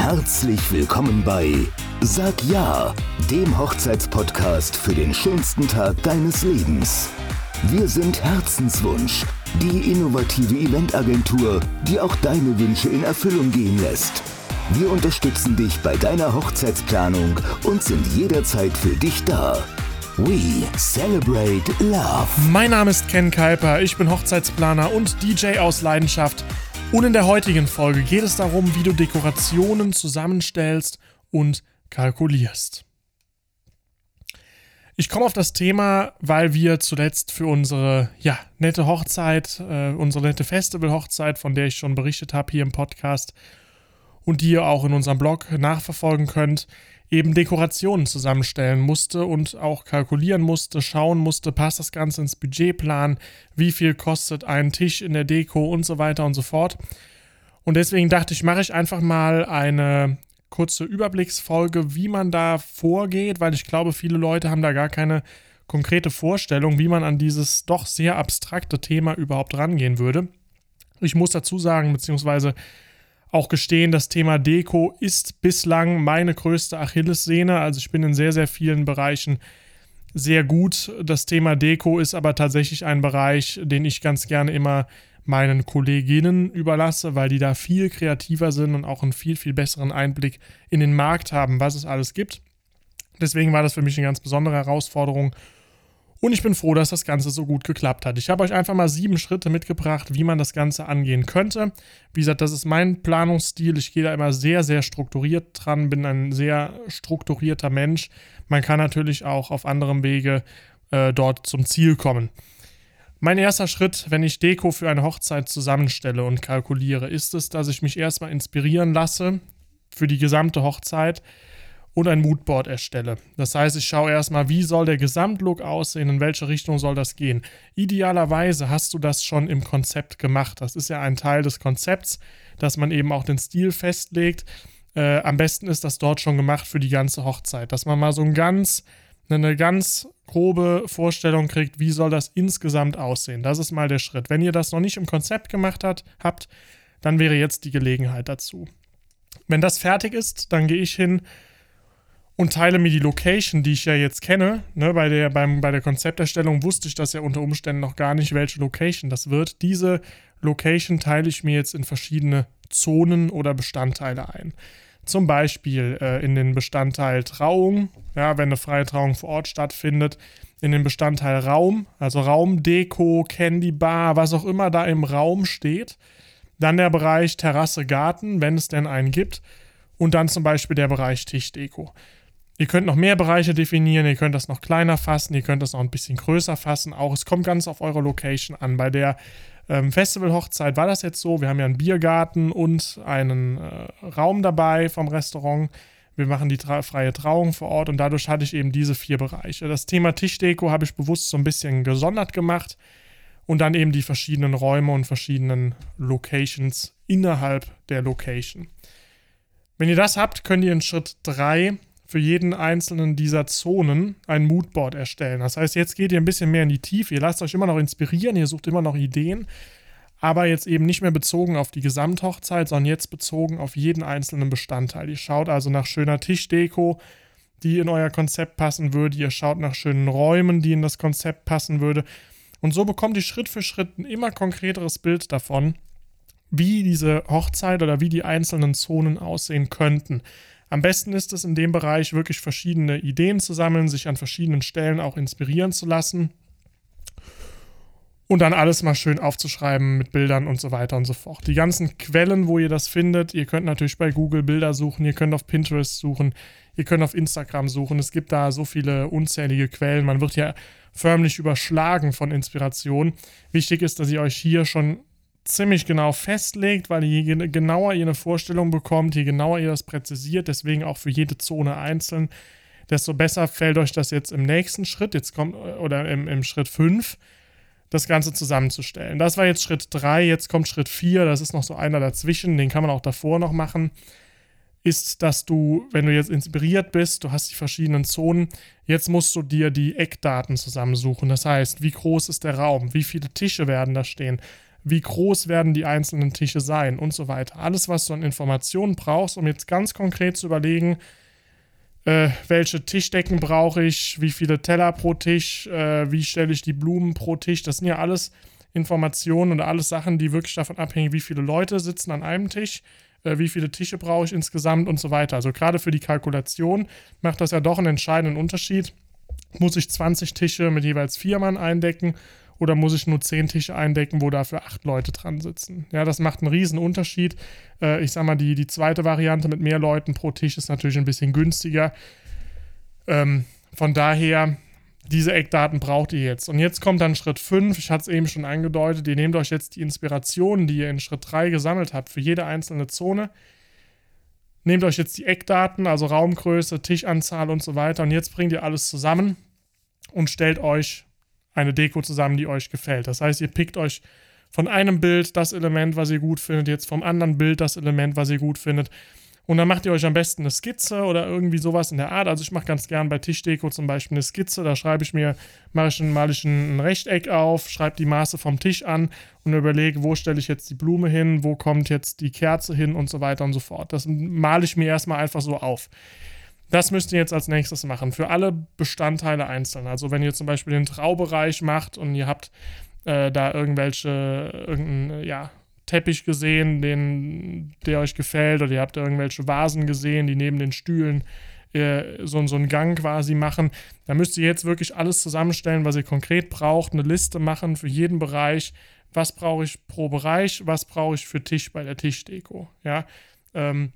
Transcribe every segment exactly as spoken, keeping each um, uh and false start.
Herzlich willkommen bei Sag Ja, dem Hochzeitspodcast für den schönsten Tag deines Lebens. Wir sind Herzenswunsch, die innovative Eventagentur, die auch deine Wünsche in Erfüllung gehen lässt. Wir unterstützen dich bei deiner Hochzeitsplanung und sind jederzeit für dich da. We celebrate love. Mein Name ist Ken Kuiper, ich bin Hochzeitsplaner und D J aus Leidenschaft. Und in der heutigen Folge geht es darum, wie du Dekorationen zusammenstellst und kalkulierst. Ich komme auf das Thema, weil wir zuletzt für unsere ja, nette Hochzeit, äh, unsere nette Festival-Hochzeit, von der ich schon berichtet habe hier im Podcast und die ihr auch in unserem Blog nachverfolgen könnt, eben Dekorationen zusammenstellen musste und auch kalkulieren musste, schauen musste, passt das Ganze ins Budgetplan, wie viel kostet ein Tisch in der Deko und so weiter und so fort. Und deswegen dachte ich, mache ich einfach mal eine kurze Überblicksfolge, wie man da vorgeht, weil ich glaube, viele Leute haben da gar keine konkrete Vorstellung, wie man an dieses doch sehr abstrakte Thema überhaupt rangehen würde. Ich muss dazu sagen, beziehungsweise auch gestehen, das Thema Deko ist bislang meine größte Achillessehne. Also ich bin in sehr, sehr vielen Bereichen sehr gut. Das Thema Deko ist aber tatsächlich ein Bereich, den ich ganz gerne immer meinen Kolleginnen überlasse, weil die da viel kreativer sind und auch einen viel, viel besseren Einblick in den Markt haben, was es alles gibt. Deswegen war das für mich eine ganz besondere Herausforderung. Und ich bin froh, dass das Ganze so gut geklappt hat. Ich habe euch einfach mal sieben Schritte mitgebracht, wie man das Ganze angehen könnte. Wie gesagt, das ist mein Planungsstil. Ich gehe da immer sehr, sehr strukturiert dran, bin ein sehr strukturierter Mensch. Man kann natürlich auch auf anderem Wege äh, dort zum Ziel kommen. Mein erster Schritt, wenn ich Deko für eine Hochzeit zusammenstelle und kalkuliere, ist es, dass ich mich erstmal inspirieren lasse für die gesamte Hochzeit und ein Moodboard erstelle. Das heißt, ich schaue erstmal, wie soll der Gesamtlook aussehen, in welche Richtung soll das gehen. Idealerweise hast du das schon im Konzept gemacht. Das ist ja ein Teil des Konzepts, dass man eben auch den Stil festlegt. Äh, am besten ist das dort schon gemacht für die ganze Hochzeit, dass man mal so ein ganz, eine ganz grobe Vorstellung kriegt, wie soll das insgesamt aussehen. Das ist mal der Schritt. Wenn ihr das noch nicht im Konzept gemacht hat, habt, dann wäre jetzt die Gelegenheit dazu. Wenn das fertig ist, dann gehe ich hin und teile mir die Location, die ich ja jetzt kenne. Ne, bei der, beim, bei der Konzepterstellung wusste ich das ja unter Umständen noch gar nicht, welche Location das wird. Diese Location teile ich mir jetzt in verschiedene Zonen oder Bestandteile ein. Zum Beispiel äh, in den Bestandteil Trauung, ja, wenn eine freie Trauung vor Ort stattfindet, in den Bestandteil Raum, also Raum, Deko, Candy Bar, was auch immer da im Raum steht. Dann der Bereich Terrasse, Garten, wenn es denn einen gibt. Und dann zum Beispiel der Bereich Tischdeko. Ihr könnt noch mehr Bereiche definieren, ihr könnt das noch kleiner fassen, ihr könnt das noch ein bisschen größer fassen. Auch es kommt ganz auf eure Location an. Bei der ähm, Festival-Hochzeit war das jetzt so, wir haben ja einen Biergarten und einen äh, Raum dabei vom Restaurant. Wir machen die tra- freie Trauung vor Ort und dadurch hatte ich eben diese vier Bereiche. Das Thema Tischdeko habe ich bewusst so ein bisschen gesondert gemacht und dann eben die verschiedenen Räume und verschiedenen Locations innerhalb der Location. Wenn ihr das habt, könnt ihr in Schritt drei für jeden einzelnen dieser Zonen ein Moodboard erstellen. Das heißt, jetzt geht ihr ein bisschen mehr in die Tiefe. Ihr lasst euch immer noch inspirieren, ihr sucht immer noch Ideen, aber jetzt eben nicht mehr bezogen auf die Gesamthochzeit, sondern jetzt bezogen auf jeden einzelnen Bestandteil. Ihr schaut also nach schöner Tischdeko, die in euer Konzept passen würde. Ihr schaut nach schönen Räumen, die in das Konzept passen würde. Und so bekommt ihr Schritt für Schritt ein immer konkreteres Bild davon, wie diese Hochzeit oder wie die einzelnen Zonen aussehen könnten. Am besten ist es in dem Bereich wirklich verschiedene Ideen zu sammeln, sich an verschiedenen Stellen auch inspirieren zu lassen und dann alles mal schön aufzuschreiben mit Bildern und so weiter und so fort. Die ganzen Quellen, wo ihr das findet, ihr könnt natürlich bei Google Bilder suchen, ihr könnt auf Pinterest suchen, ihr könnt auf Instagram suchen. Es gibt da so viele unzählige Quellen, man wird ja förmlich überschlagen von Inspiration. Wichtig ist, dass ihr euch hier schon ziemlich genau festlegt, weil je genauer ihr eine Vorstellung bekommt, je genauer ihr das präzisiert, deswegen auch für jede Zone einzeln, desto besser fällt euch das jetzt im nächsten Schritt, jetzt kommt, oder im, im Schritt fünf, das Ganze zusammenzustellen. Das war jetzt Schritt drei, jetzt kommt Schritt vier, das ist noch so einer dazwischen, den kann man auch davor noch machen, ist, dass du, wenn du jetzt inspiriert bist, du hast die verschiedenen Zonen, jetzt musst du dir die Eckdaten zusammensuchen. Das heißt, wie groß ist der Raum, wie viele Tische werden da stehen, wie groß werden die einzelnen Tische sein und so weiter. Alles, was du an Informationen brauchst, um jetzt ganz konkret zu überlegen, äh, welche Tischdecken brauche ich, wie viele Teller pro Tisch, äh, wie stelle ich die Blumen pro Tisch. Das sind ja alles Informationen und alles Sachen, die wirklich davon abhängen, wie viele Leute sitzen an einem Tisch, äh, wie viele Tische brauche ich insgesamt und so weiter. Also gerade für die Kalkulation macht das ja doch einen entscheidenden Unterschied. Muss ich zwanzig Tische mit jeweils vier Mann eindecken oder muss ich nur zehn Tische eindecken, wo dafür acht Leute dran sitzen? Ja, das macht einen riesen Unterschied. Äh, ich sag mal, die, die zweite Variante mit mehr Leuten pro Tisch ist natürlich ein bisschen günstiger. Ähm, von daher, diese Eckdaten braucht ihr jetzt. Und jetzt kommt dann Schritt fünf. Ich hatte es eben schon angedeutet. Ihr nehmt euch jetzt die Inspirationen, die ihr in Schritt drei gesammelt habt, für jede einzelne Zone. Nehmt euch jetzt die Eckdaten, also Raumgröße, Tischanzahl und so weiter. Und jetzt bringt ihr alles zusammen und stellt euch eine Deko zusammen, die euch gefällt. Das heißt, ihr pickt euch von einem Bild das Element, was ihr gut findet, jetzt vom anderen Bild das Element, was ihr gut findet. Und dann macht ihr euch am besten eine Skizze oder irgendwie sowas in der Art. Also ich mache ganz gern bei Tischdeko zum Beispiel eine Skizze. Da schreibe ich mir, mache ich, mal ich ein Rechteck auf, schreibe die Maße vom Tisch an und überlege, wo stelle ich jetzt die Blume hin, wo kommt jetzt die Kerze hin und so weiter und so fort. Das male ich mir erstmal einfach so auf. Das müsst ihr jetzt als nächstes machen, für alle Bestandteile einzeln. Also wenn ihr zum Beispiel den Traubereich macht und ihr habt äh, da irgendwelche, irgendeinen, ja, Teppich gesehen, den, der euch gefällt, oder ihr habt irgendwelche Vasen gesehen, die neben den Stühlen äh, so, so einen Gang quasi machen, dann müsst ihr jetzt wirklich alles zusammenstellen, was ihr konkret braucht, eine Liste machen für jeden Bereich, was brauche ich pro Bereich, was brauche ich für Tisch bei der Tischdeko, ja, ähm,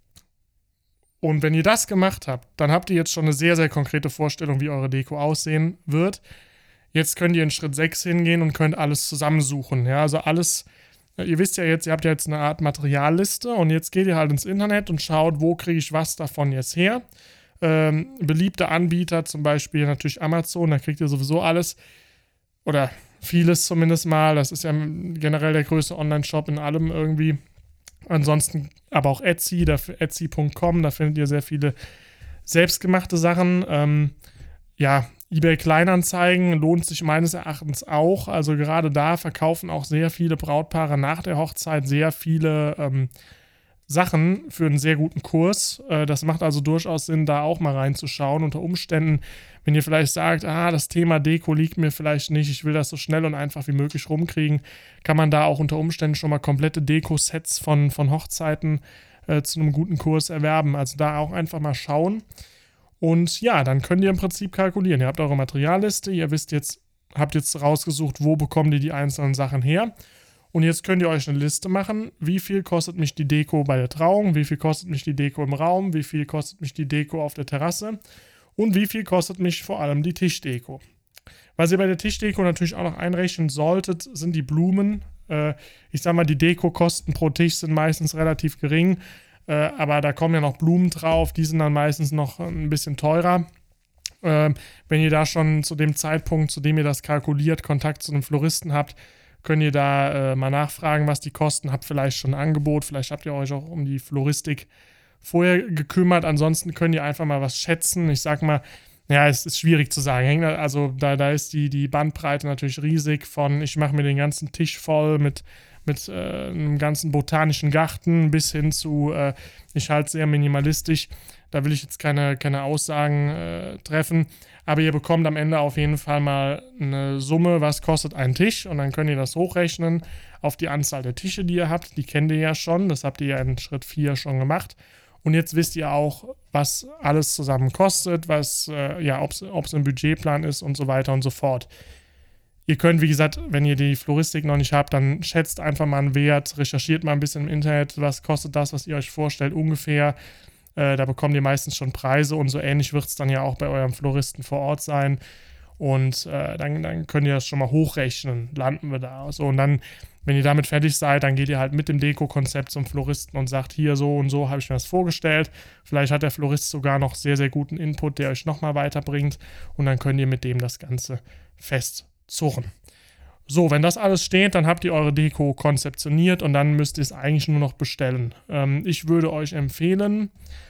und wenn ihr das gemacht habt, dann habt ihr jetzt schon eine sehr, sehr konkrete Vorstellung, wie eure Deko aussehen wird. Jetzt könnt ihr in Schritt sechs hingehen und könnt alles zusammensuchen. Ja, also alles, ihr wisst ja jetzt, ihr habt ja jetzt eine Art Materialliste und jetzt geht ihr halt ins Internet und schaut, wo kriege ich was davon jetzt her. Ähm, beliebte Anbieter, zum Beispiel natürlich Amazon, da kriegt ihr sowieso alles oder vieles zumindest mal. Das ist ja generell der größte Online-Shop in allem irgendwie. Ansonsten aber auch Etsy, Etsy Punkt com, da findet ihr sehr viele selbstgemachte Sachen. Ähm, ja, eBay Kleinanzeigen lohnt sich meines Erachtens auch. Also gerade da verkaufen auch sehr viele Brautpaare nach der Hochzeit sehr viele ähm, Sachen für einen sehr guten Kurs. Äh, das macht also durchaus Sinn, da auch mal reinzuschauen. Unter Umständen, wenn ihr vielleicht sagt, ah, das Thema Deko liegt mir vielleicht nicht, ich will das so schnell und einfach wie möglich rumkriegen, kann man da auch unter Umständen schon mal komplette Deko-Sets von, von Hochzeiten äh, zu einem guten Kurs erwerben. Also da auch einfach mal schauen. Und ja, dann könnt ihr im Prinzip kalkulieren. Ihr habt eure Materialliste, ihr wisst jetzt, habt jetzt rausgesucht, wo bekommt ihr die einzelnen Sachen her. Und jetzt könnt ihr euch eine Liste machen, wie viel kostet mich die Deko bei der Trauung, wie viel kostet mich die Deko im Raum, wie viel kostet mich die Deko auf der Terrasse und wie viel kostet mich vor allem die Tischdeko. Was ihr bei der Tischdeko natürlich auch noch einrechnen solltet, sind die Blumen. Äh, ich sag mal, die Dekokosten pro Tisch sind meistens relativ gering, äh, aber da kommen ja noch Blumen drauf, die sind dann meistens noch ein bisschen teurer. Äh, wenn ihr da schon zu dem Zeitpunkt, zu dem ihr das kalkuliert, Kontakt zu einem Floristen habt, könnt ihr da äh, mal nachfragen, was die kosten. Habt vielleicht schon ein Angebot, vielleicht habt ihr euch auch um die Floristik vorher gekümmert. Ansonsten könnt ihr einfach mal was schätzen. Ich sag mal, ja, es ist schwierig zu sagen. Also da, da ist die, die Bandbreite natürlich riesig von, ich mache mir den ganzen Tisch voll mit, mit äh, einem ganzen botanischen Garten bis hin zu, äh, ich halte sehr minimalistisch. Da will ich jetzt keine, keine Aussagen äh, treffen. Aber ihr bekommt am Ende auf jeden Fall mal eine Summe, was kostet ein Tisch. Und dann könnt ihr das hochrechnen auf die Anzahl der Tische, die ihr habt. Die kennt ihr ja schon. Das habt ihr ja in Schritt vier schon gemacht. Und jetzt wisst ihr auch, was alles zusammen kostet, was, äh, ja, ob es ein Budgetplan ist und so weiter und so fort. Ihr könnt, wie gesagt, wenn ihr die Floristik noch nicht habt, dann schätzt einfach mal einen Wert, recherchiert mal ein bisschen im Internet, was kostet das, was ihr euch vorstellt ungefähr. Äh, da bekommt ihr meistens schon Preise und so ähnlich wird es dann ja auch bei eurem Floristen vor Ort sein. Und äh, dann, dann könnt ihr das schon mal hochrechnen, landen wir da. So, und dann, wenn ihr damit fertig seid, dann geht ihr halt mit dem Deko-Konzept zum Floristen und sagt, hier so und so habe ich mir das vorgestellt. Vielleicht hat der Florist sogar noch sehr, sehr guten Input, der euch nochmal weiterbringt. Und dann könnt ihr mit dem das Ganze festzurren. So, wenn das alles steht, dann habt ihr eure Deko konzeptioniert und dann müsst ihr es eigentlich nur noch bestellen. Ähm, ich würde euch empfehlen,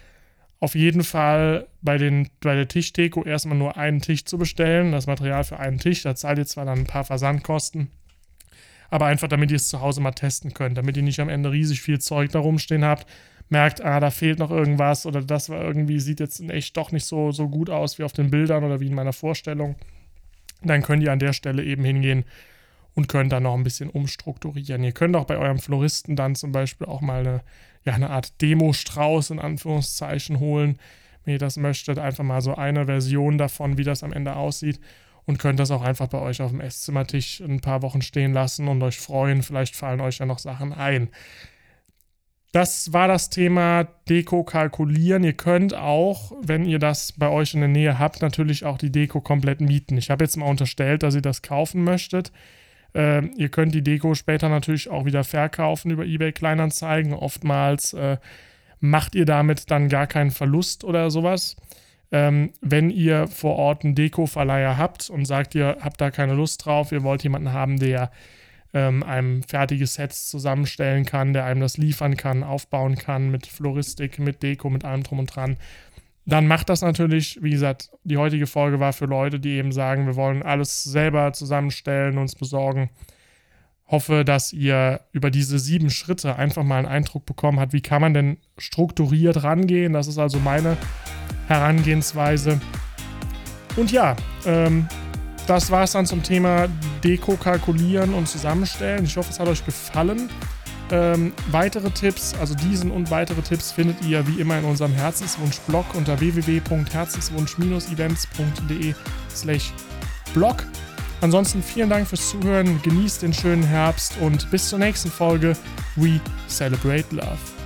auf jeden Fall bei, den, bei der Tischdeko erstmal nur einen Tisch zu bestellen, das Material für einen Tisch. Da zahlt ihr zwar dann ein paar Versandkosten, aber einfach, damit ihr es zu Hause mal testen könnt, damit ihr nicht am Ende riesig viel Zeug da rumstehen habt, merkt, ah, da fehlt noch irgendwas oder das war irgendwie, sieht jetzt in echt doch nicht so, so gut aus wie auf den Bildern oder wie in meiner Vorstellung. Dann könnt ihr an der Stelle eben hingehen und könnt dann noch ein bisschen umstrukturieren. Ihr könnt auch bei eurem Floristen dann zum Beispiel auch mal eine, ja, eine Art Demo-Strauß in Anführungszeichen holen, wenn ihr das möchtet. Einfach mal so eine Version davon, wie das am Ende aussieht, und könnt das auch einfach bei euch auf dem Esszimmertisch ein paar Wochen stehen lassen und euch freuen. Vielleicht fallen euch ja noch Sachen ein. Das war das Thema Deko kalkulieren. Ihr könnt auch, wenn ihr das bei euch in der Nähe habt, natürlich auch die Deko komplett mieten. Ich habe jetzt mal unterstellt, dass ihr das kaufen möchtet. Äh, ihr könnt die Deko später natürlich auch wieder verkaufen über eBay Kleinanzeigen. Oftmals äh, macht ihr damit dann gar keinen Verlust oder sowas. Ähm, wenn ihr vor Ort einen Deko-Verleiher habt und sagt, ihr habt da keine Lust drauf, ihr wollt jemanden haben, der ähm, einem fertige Sets zusammenstellen kann, der einem das liefern kann, aufbauen kann mit Floristik, mit Deko, mit allem drum und dran, dann macht das natürlich. Wie gesagt, die heutige Folge war für Leute, die eben sagen, wir wollen alles selber zusammenstellen, uns besorgen. Hoffe, dass ihr über diese sieben Schritte einfach mal einen Eindruck bekommen habt, wie kann man denn strukturiert rangehen. Das ist also meine Herangehensweise. Und ja, ähm, das war es dann zum Thema Deko kalkulieren und zusammenstellen. Ich hoffe, es hat euch gefallen. Ähm, weitere Tipps, also diesen und weitere Tipps findet ihr wie immer in unserem Herzenswunsch-Blog unter w w w punkt herzenswunsch events punkt d e slash blog. Ansonsten vielen Dank fürs Zuhören, genießt den schönen Herbst und bis zur nächsten Folge. We celebrate love.